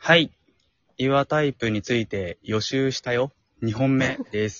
はい。岩タイプについて予習したよ。2本目です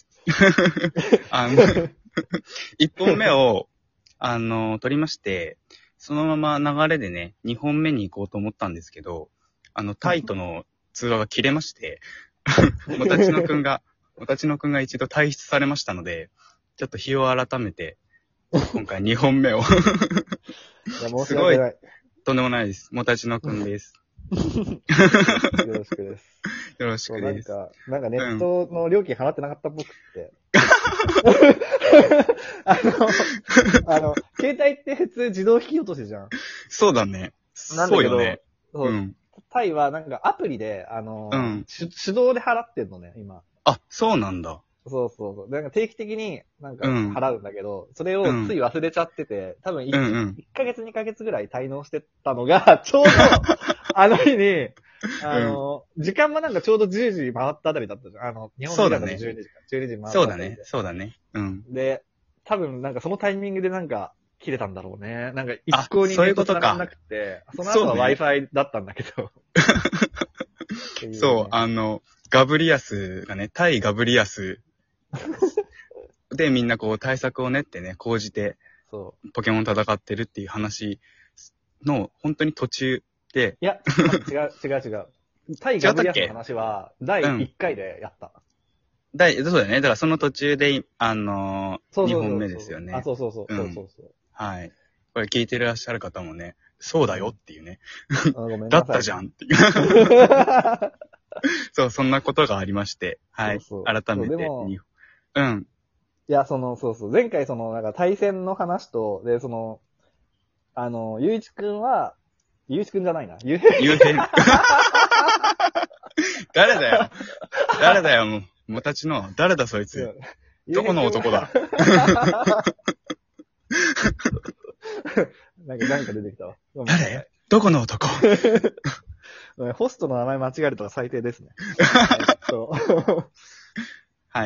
。1本目を、取りまして、そのまま流れでね、2本目に行こうと思ったんですけど、タイとの通話が切れまして、もたちのくんが一度退出されましたので、ちょっと日を改めて、今回2本目を。 いや、申し訳ない。 とんでもないです。もたちのくんです。 よろしくです。 よろしくです。 なんかネットの料金払ってなかったっぽくって。携帯って普通自動引き落としじゃん。 そうだね。 なんだけど、 そうよね。 そう、タイはなんかアプリで、手動で払ってんのね、今。 あ、そうなんだ。 そう。なんか定期的になんか払うんだけど、それをつい忘れちゃってて、多分1ヶ月2ヶ月ぐらい滞納してたのが、ちょうど、あの日に、時間もなんかちょうど10時回ったあたりだったじゃん。日本時間の12時か。12時回ったあたりで。 そうだね。 で、多分なんかそのタイミングでなんか切れたんだろうね。なんか一向にそういうことか。 繋がんなくて、その後は Wi-Fi だったんだけど。 そう、ガブリアスがね、対ガブリアスでみんなこう対策を練ってね、講じて、ポケモン戦ってるっていう話の本当に途中で。 いや、違う。対ガブリアスの話は、第1回でやった。 そうだよね。だからその途中で、2本目ですよね。 そう。 はい。これ聞いてらっしゃる方もね、そうだよっていうね。 ごめんなさい。 だったじゃんっていう。そう、そんなことがありまして。はい。改めて。 いや、前回なんか対戦の話と、で、ゆういちくんじゃないな。ゆうへん。 誰だよ、もう。もたちの。誰だそいつ。どこの男だ。 なんか出てきたわ。 誰？どこの男？ ホストの名前間違えるとか最低ですね。 はい。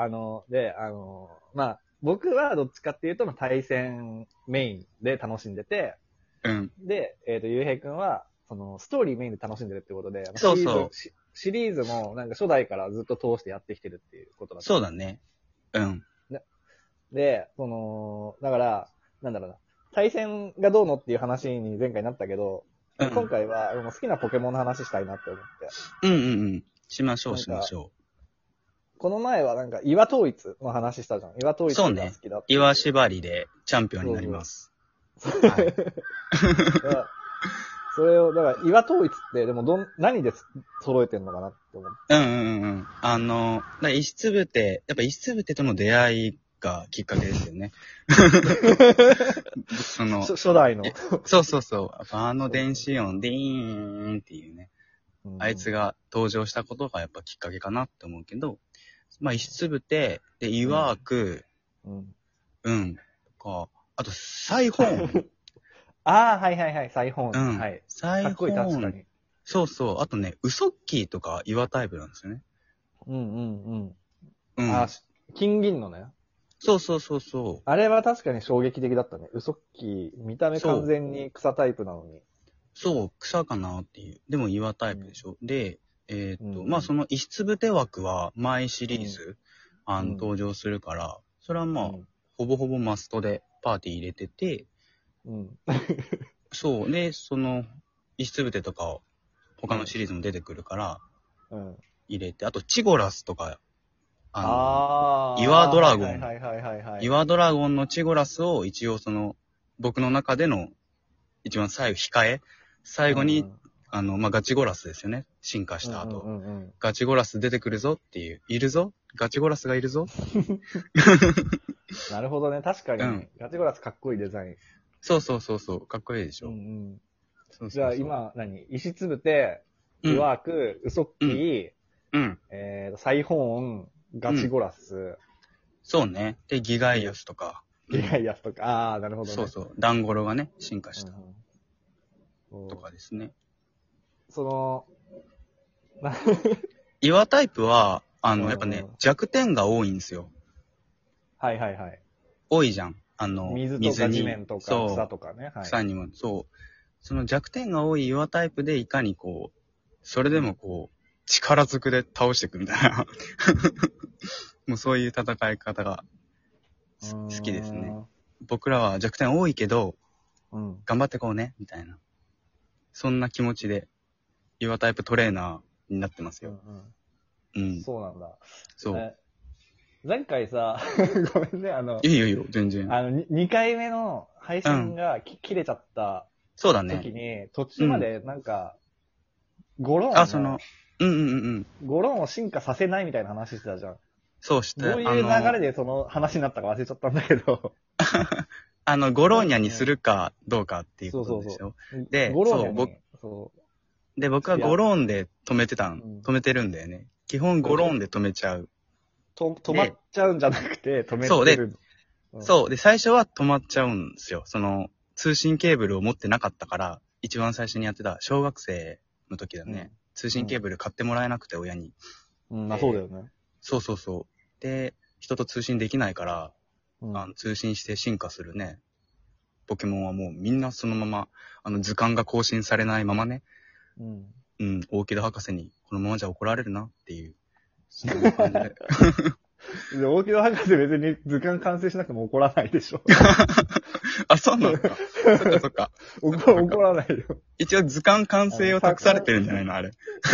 まあ、僕はどっちかっていうと、対戦メインで楽しんでて、で、ゆうへいくんは、ストーリーメインで楽しんでるってことで、シリーズもなんか初代からずっと通してやってきてるっていうことだった。 そうだね。 で、だから、なんだろうな、対戦がどうのっていう話に前回なったけど、今回は好きなポケモンの話したいなって思って。 しましょう。 この前はなんか岩統一の話したじゃん。岩統一が好きだって。そうね。 岩縛りでチャンピオンになります。はい。 それを、だから岩統一ってでも何で揃えてんのかなって思って。 石つぶてとの出会いがきっかけですよね。 初代の。 そう。電子音、ディーンっていうね。あいつが登場したことがやっぱきっかけかなって思うけど、まあ、石つぶて、で、岩く、とか、あと、サイホーン。 はい、サイホーン。はい。 サイホーン。 かっこいい、確かに。 そう。あとね、ウソッキーとか岩タイプなんですよね。 金銀のね。 そう。 あれは確かに衝撃的だったね。ウソッキー、見た目完全に草タイプなのに。 そう、草かなっていう。でも岩タイプでしょ。で、まあその石つぶて枠は前シリーズ、登場するから、それはまあ、ほぼほぼマストでパーティー入れてて、そう。で、石つぶてとか、他のシリーズも出てくるから、入れて、あとチゴラスとか、岩ドラゴン。岩ドラゴンのチゴラスを一応僕の中での一番最後に、ガチゴラスですよね。進化した後。ガチゴラス出てくるぞっていう。いるぞ？ガチゴラスがいるぞなるほどね。確かに、ガチゴラスかっこいいデザイン。 そう。かっこいいでしょ。 じゃあ今、石つぶて、岩く、ウソッキー、サイホーン、ガチゴラス。 そうね。で、ギガイアスとか。 なるほどね。 そう。ダンゴロがね、進化した。とかですね。岩タイプは、やっぱね、弱点が多いんですよ。 はい。 多いじゃん。 水とか地面とか草とかね。 草にも、そう。その弱点が多い岩タイプでいかにこう、 それでもこう、力ずくで倒していくみたいな。もうそういう戦い方が好きですね。僕らは弱点多いけど、頑張ってこうね、みたいな。そんな気持ちで、ユアタイプトレーナーになってますよ。 そうなんだ。 そう。 前回さ、ごめんね、 いいよ、全然。 2回目の配信が切れちゃったそうだね。 時に、途中までなんか、ゴローンゴローンを進化させないみたいな話してたじゃん。 そうして。 どういう流れでその話になったか忘れちゃったんだけど。 ゴローニャにするかどうかっていうことでしょ。で、 ゴローニャに、 で、僕はゴローンで止めてるんだよね。基本ゴローンで止めちゃう。 止まっちゃうんじゃなくて止めてる。 そう。で、最初は止まっちゃうんですよ。通信ケーブルを持ってなかったから、一番最初にやってた小学生の時だね。通信ケーブル買ってもらえなくて、親に。 そうだよね。 そう。で、人と通信できないから、通信して進化するね。ポケモンはもうみんなそのまま、図鑑が更新されないままね。大木戸博士にこのままじゃ怒られるなっていう。そんな感じで。 大木戸博士別に図鑑完成しなくても怒らないでしょ。 あ、そうなのか。そっか。 怒らないよ。 一応図鑑完成を託されてるんじゃないのあれ。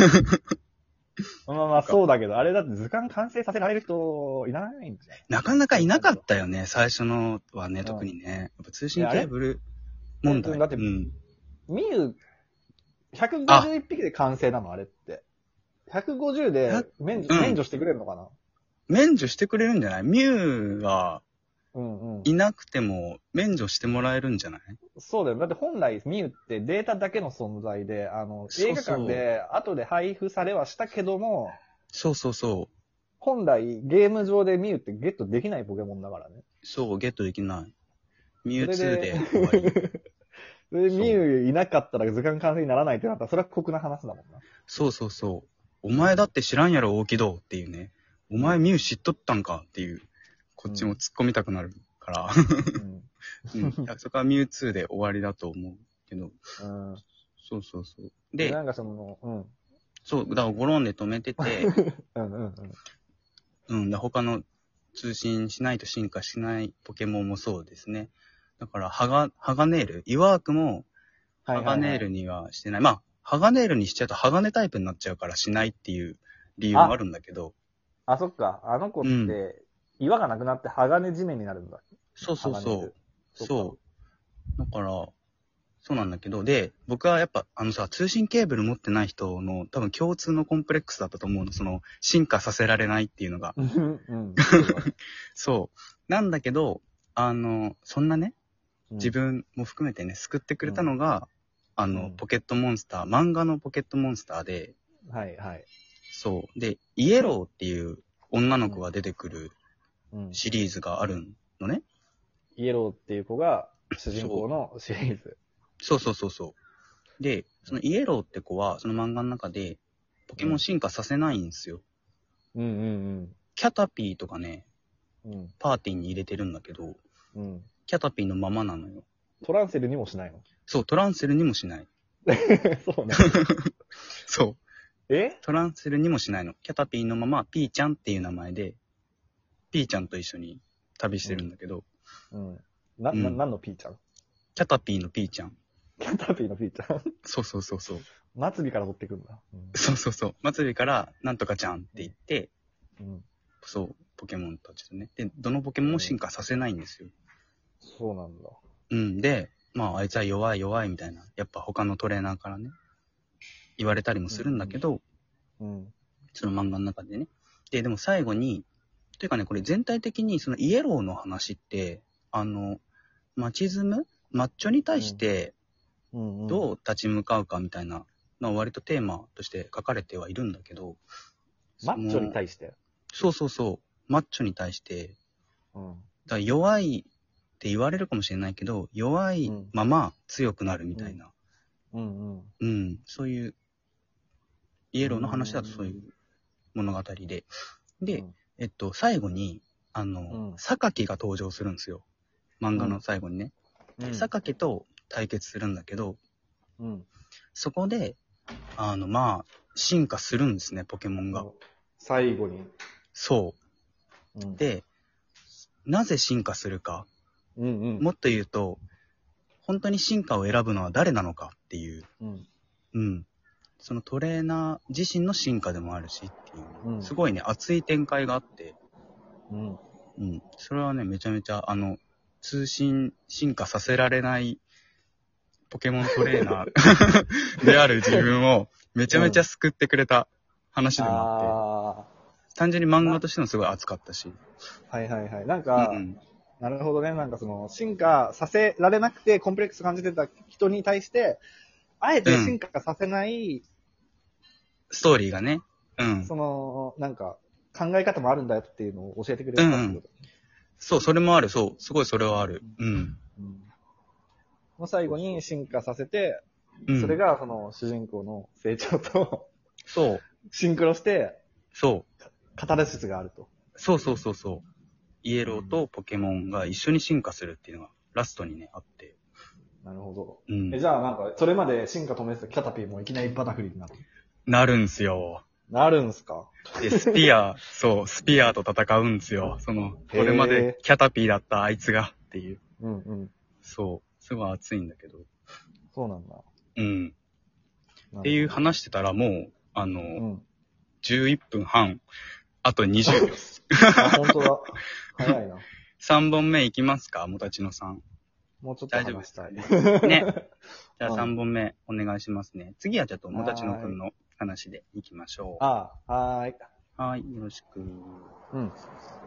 まあそうだけど、あれだって図鑑完成させられる人いないんじゃない？ なかなかいなかったよね、最初のはね、特にね。やっぱ通信ケーブル問題。 だって、ミュ151匹で完成なのあれって。150で免除してくれるのかな？ 免除してくれるんじゃない？ミュウがいなくても免除してもらえるんじゃない？ そうだよ。だって本来ミュウってデータだけの存在で、映画館で後で配布されはしたけども、 そう。 本来ゲーム上でミュウってゲットできないポケモンだからね。 そう、ゲットできない。ミュウ2で終わり。 それでミュウいなかったら図鑑完成にならないってなったら、それは酷な話だもんな。 そう。お前だって知らんやろ、大木戸っていうね。お前ミュウ知っとったんかっていう。こっちも突っ込みたくなるから。そこはミュウ2で終わりだと思うけど。そう。で、 なんかそう、だからゴロンで止めてて、他の通信しないと進化しないポケモンもそうですね。だから、ハガネール、イワークも、ハガネールにはしてない。まあ、ハガネールにしちゃうとハガネタイプになっちゃうからしないっていう理由もあるんだけど。 そっか。あの子って、岩がなくなって鋼地面になるんだ。 そう。だから、そうなんだけど、で、僕はやっぱ、通信ケーブル持ってない人の多分共通のコンプレックスだったと思うの。進化させられないっていうのが。そう。なんだけど、そんなね、自分も含めてね、救ってくれたのが、ポケットモンスター、漫画のポケットモンスターで、そう。で、イエローっていう女の子が出てくるシリーズがあるのね。 イエローっていう子が主人公のシリーズ。 そう。で、そのイエローって子は、その漫画の中で、ポケモン進化させないんですよ。キャタピーとかね、パーティーに入れてるんだけど、キャタピーのままなのよ。 トランセルにもしないの？ そう、トランセルにもしない。 そうね。 そう。トランセルにもしないの。キャタピーのまま、ピーちゃんっていう名前で、ピーちゃんと一緒に旅してるんだけど。 何のピーちゃん？ キャタピーのピーちゃん。 キャタピーのピーちゃん？ そう。 末尾から取ってくんだ。 そう。末尾から、なんとかちゃんって言って、そう、ポケモンたちとね。で、どのポケモンも進化させないんですよ。 そうなんだ。 で、まあ、あいつは弱いみたいな、やっぱ他のトレーナーからね、言われたりもするんだけど、その漫画の中でね。でも最後に、というかね、これ全体的にそのイエローの話って、マチズムマッチョに対して、どう立ち向かうかみたいなのは割とテーマとして書かれてはいるんだけど。 マッチョに対して？ そう。マッチョに対して、だから弱いって言われるかもしれないけど、弱いまま強くなるみたいな。そういう、イエローの話だとそういう物語で。で、最後に、榊が登場するんですよ。漫画の最後にね。榊と対決するんだけど、そこで、まあ、 進化するんですね、ポケモンが。 最後に。 そうん。 う。で、なぜ進化するか。 うんうん。 もっと言うと、本当に進化を選ぶのは誰なのかっていう。 うん。 うん。そのトレーナー自身の進化でもあるしっていう、 うんすごいね、熱い展開があって、 うん。 うん。それはね、めちゃめちゃ、通信進化させられないポケモントレーナーである自分をめちゃめちゃ救ってくれた話でもあって、単純に漫画としてもすごい熱かったし。 はいはいはい。なんうか、 ん。 なるほどね。なんかその、進化させられなくてコンプレックス感じてた人に対して、あえて進化させない、 ストーリーがね。うん。 その、なんか、考え方もあるんだよっていうのを教えてくれうんうん。 たってこと。 そう、それもある。そう。すごいそれはある。うん。 うん。の最後に進化させて、 うん。 それがその主人公の成長とそう。 シンクロして、 そう。 カタルシスがあると。 そうそうそうそう。イエローとポケモンが一緒に進化するっていうのがラストにね、あって。 なるほど。 うん。 じゃあなんか、それまで進化止めてたキャタピーもいきなりバタフリーになる。 なるんすよ。 なるんすか？ で、スピア、そう、スピアと戦うんすよ。その、これまでキャタピーだったあいつがっていう。 うんうん。 そう。すごい熱いんだけど。 そうなんだ。 うん。っていう話してたらもう、 うん。 11分半、あと20秒です。 あ、本当だ。早いな。 3本目いきますかもたちのさん。 もうちょっと話したい。 ね。じゃあうん 3本目お願いしますね。次はちょっともたちのくんの話でいきましょう。 ああ、はーい。 はい、よろしく。 うん。